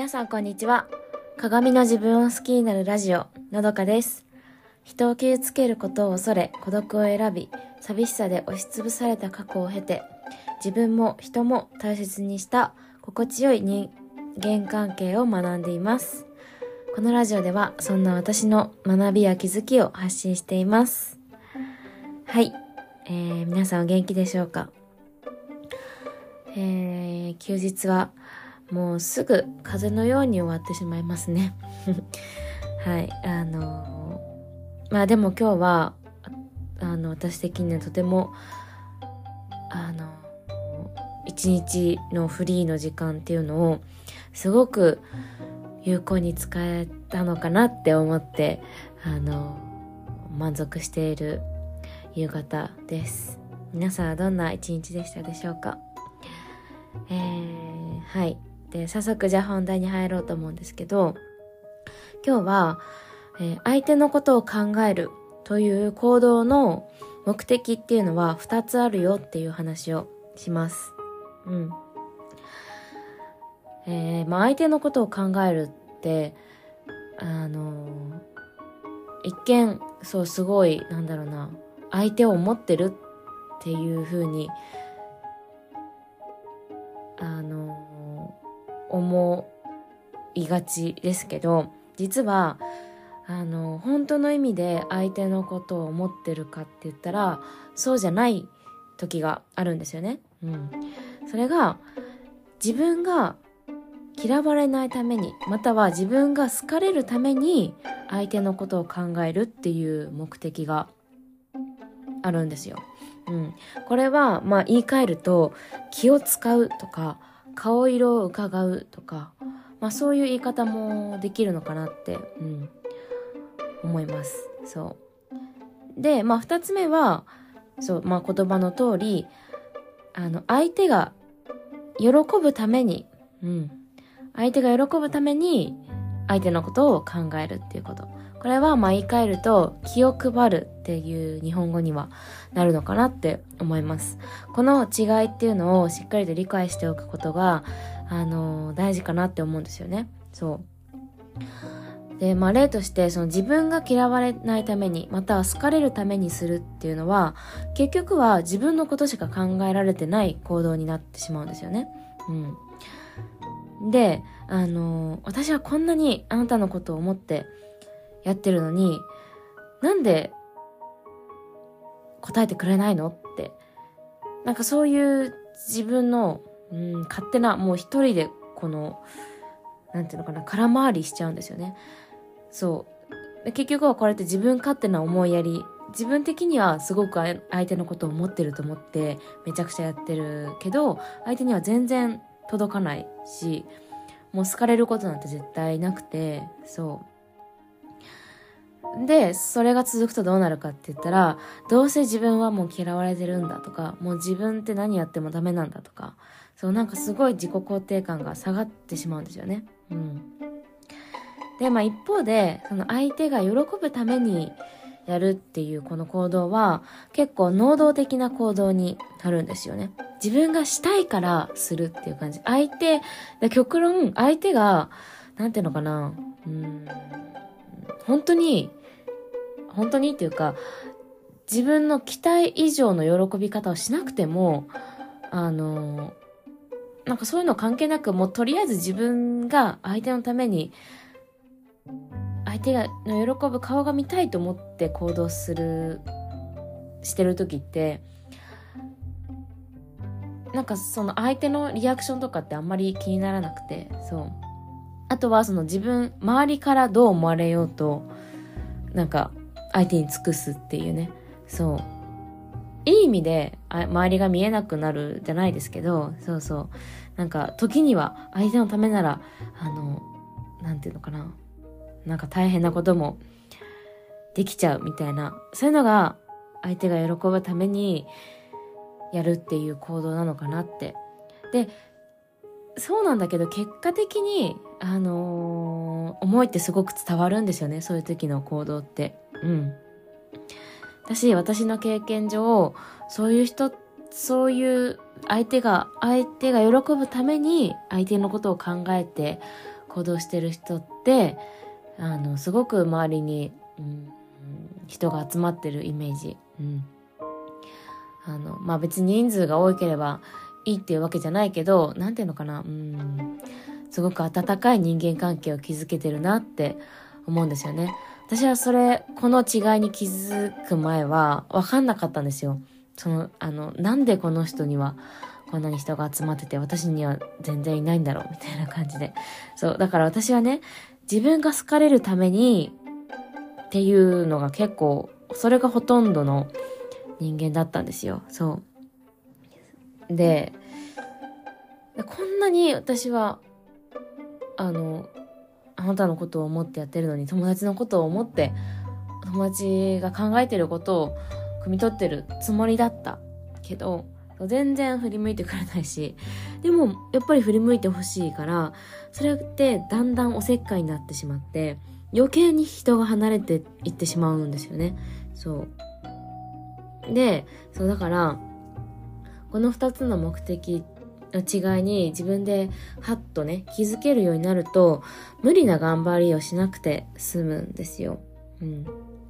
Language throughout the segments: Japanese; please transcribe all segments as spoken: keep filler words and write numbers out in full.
皆さんこんにちは。鏡の自分を好きになるラジオのどかです。人を傷つけることを恐れ孤独を選び、寂しさで押しつぶされた過去を経て、自分も人も大切にした心地よい人間関係を学んでいます。このラジオではそんな私の学びや気づきを発信しています。はい、えー、皆さんお元気でしょうか。えー、休日はもうすぐ風のように終わってしまいますねはい、あのー、まあでも今日はあの私的にはとてもあの一日のフリーの時間っていうのをすごく有効に使えたのかなって思ってあの満足している夕方です。皆さんはどんな一日でしたでしょうか。えー、はいで早速じゃあ本題に入ろうと思うんですけど、今日は、えー、相手のことを考えるという行動の目的っていうのはふたつあるよっていう話をします。うん。えー、まあ相手のことを考えるってあのー、一見そうすごいなんだろうな相手を思ってるっていう風にあのー、思いがちですけど、実はあのー、本当の意味で相手のことを思ってるかって言ったらそうじゃない時があるんですよね。うん。それが自分が嫌われないために、または自分が好かれるために相手のことを考えるっていう目的があるんですよ。うん、これはまあ言い換えると気を使うとか顔色を伺うとか、まあそういう言い方もできるのかなって、うん、思います。そうで、まあ二つ目はそう、まあ、言葉の通りあの相手が喜ぶために、うん、相手が喜ぶために相手のことを考えるっていうこと。これはまあ言い換えると気を配るっていう日本語にはなるのかなって思います。この違いっていうのをしっかりと理解しておくことがあの大事かなって思うんですよね。そうで、まあ例としてその自分が嫌われないためにまたは好かれるためにするっていうのは結局は自分のことしか考えられてない行動になってしまうんですよね。うんで、あの私はこんなにあなたのことを思ってやってるのになんで答えてくれないのって、なんかそういう自分の、うん、勝手なもう一人でこのなんていうのかな空回りしちゃうんですよね。そうで結局はこれって自分勝手な思いやり、自分的にはすごく相手のことを思ってると思ってめちゃくちゃやってるけど相手には全然届かないし、もう好かれることなんて絶対なくて、そうでそれが続くとどうなるかって言ったら、どうせ自分はもう嫌われてるんだとか、もう自分って何やってもダメなんだとか、そうなんかすごい自己肯定感が下がってしまうんですよね。うんでまあ一方でその相手が喜ぶためにやるっていうこの行動は結構能動的な行動になるんですよね。自分がしたいからするっていう感じ。相手極論相手がなんていうのかな、うーん本当に本当にっていうか自分の期待以上の喜び方をしなくてもあのなんかそういうの関係なく、もうとりあえず自分が相手のために相手がの喜ぶ顔が見たいと思って行動するしてる時ってなんかその相手のリアクションとかってあんまり気にならなくて、そうあとはその自分周りからどう思われようとなんか相手に尽くすっていうね、そういい意味で周りが見えなくなるじゃないですけど、そうそうなんか時には相手のためならあのなんていうのかな、なんか大変なこともできちゃうみたいな、そういうのが相手が喜ぶためにやるっていう行動なのかなって。でそうなんだけど結果的にあのー、思いってすごく伝わるんですよね、そういう時の行動って。うん私私の経験上そういう人そういう相手が相手が喜ぶために相手のことを考えて行動してる人ってあのすごく周りに、うん、人が集まってるイメージ、うん、あのまあ別に人数が多ければいいっていうわけじゃないけど、なんていうのかな、うん、すごく温かい人間関係を築けてるなって思うんですよね。私はそれこの違いに気づく前は分かんなかったんですよ。そのあのなんでこの人にはこんなに人が集まってて私には全然いないんだろうみたいな感じで、そうだから私はね、自分が好かれるためにっていうのが結構それがほとんどの人間だったんですよ。そうで、こんなに私はあのあなたのことを思ってやってるのに、友達のことを思って友達が考えてることを汲み取ってるつもりだったけど、全然振り向いてくれないし、でもやっぱり振り向いてほしいから、それってだんだんおせっかいになってしまって余計に人が離れていってしまうんですよね。そうで、そうだからこのふたつの目的の違いに自分でハッとね気づけるようになると、無理な頑張りをしなくて済むんですよ。うん。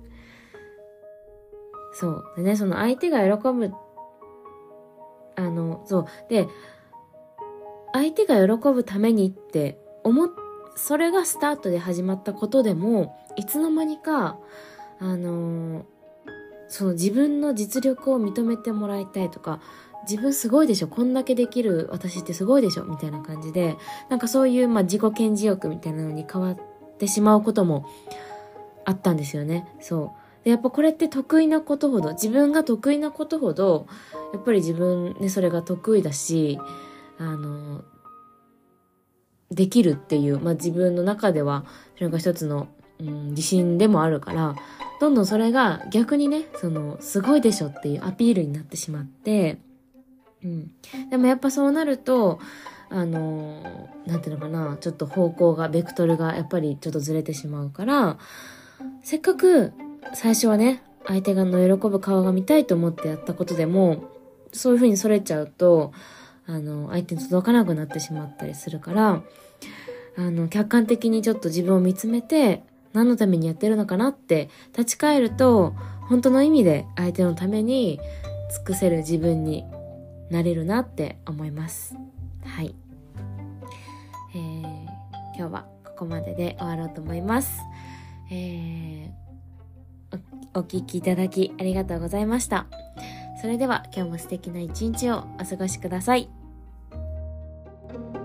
そうでね、その相手が喜ぶあのそうで相手が喜ぶためにって思っそれがスタートで始まったことでも、いつの間にかあのその自分の実力を認めてもらいたいとか、自分すごいでしょ、こんだけできる私ってすごいでしょみたいな感じで、なんかそういう、まあ、自己顕示欲みたいなのに変わってしまうこともあったんですよね。そうで、やっぱこれって得意なことほど、自分が得意なことほどやっぱり自分ねそれが得意だし、あのできるっていう、まあ、自分の中ではそれが一つの、うん、自信でもあるから、どんどんそれが逆にね、そのすごいでしょっていうアピールになってしまって、うん、でもやっぱそうなるとあのなんていうのかな、ちょっと方向がベクトルがやっぱりちょっとずれてしまうから、せっかく最初はね相手がの喜ぶ顔が見たいと思ってやったことでも、そういう風にそれちゃうとあの相手に届かなくなってしまったりするから、あの客観的にちょっと自分を見つめて、何のためにやってるのかなって立ち返ると、本当の意味で相手のために尽くせる自分になれるなって思います。はい、えー、今日はここまでで終わろうと思います。えー、お, お聞きいただきありがとうございました。それでは今日も素敵な一日をお過ごしください。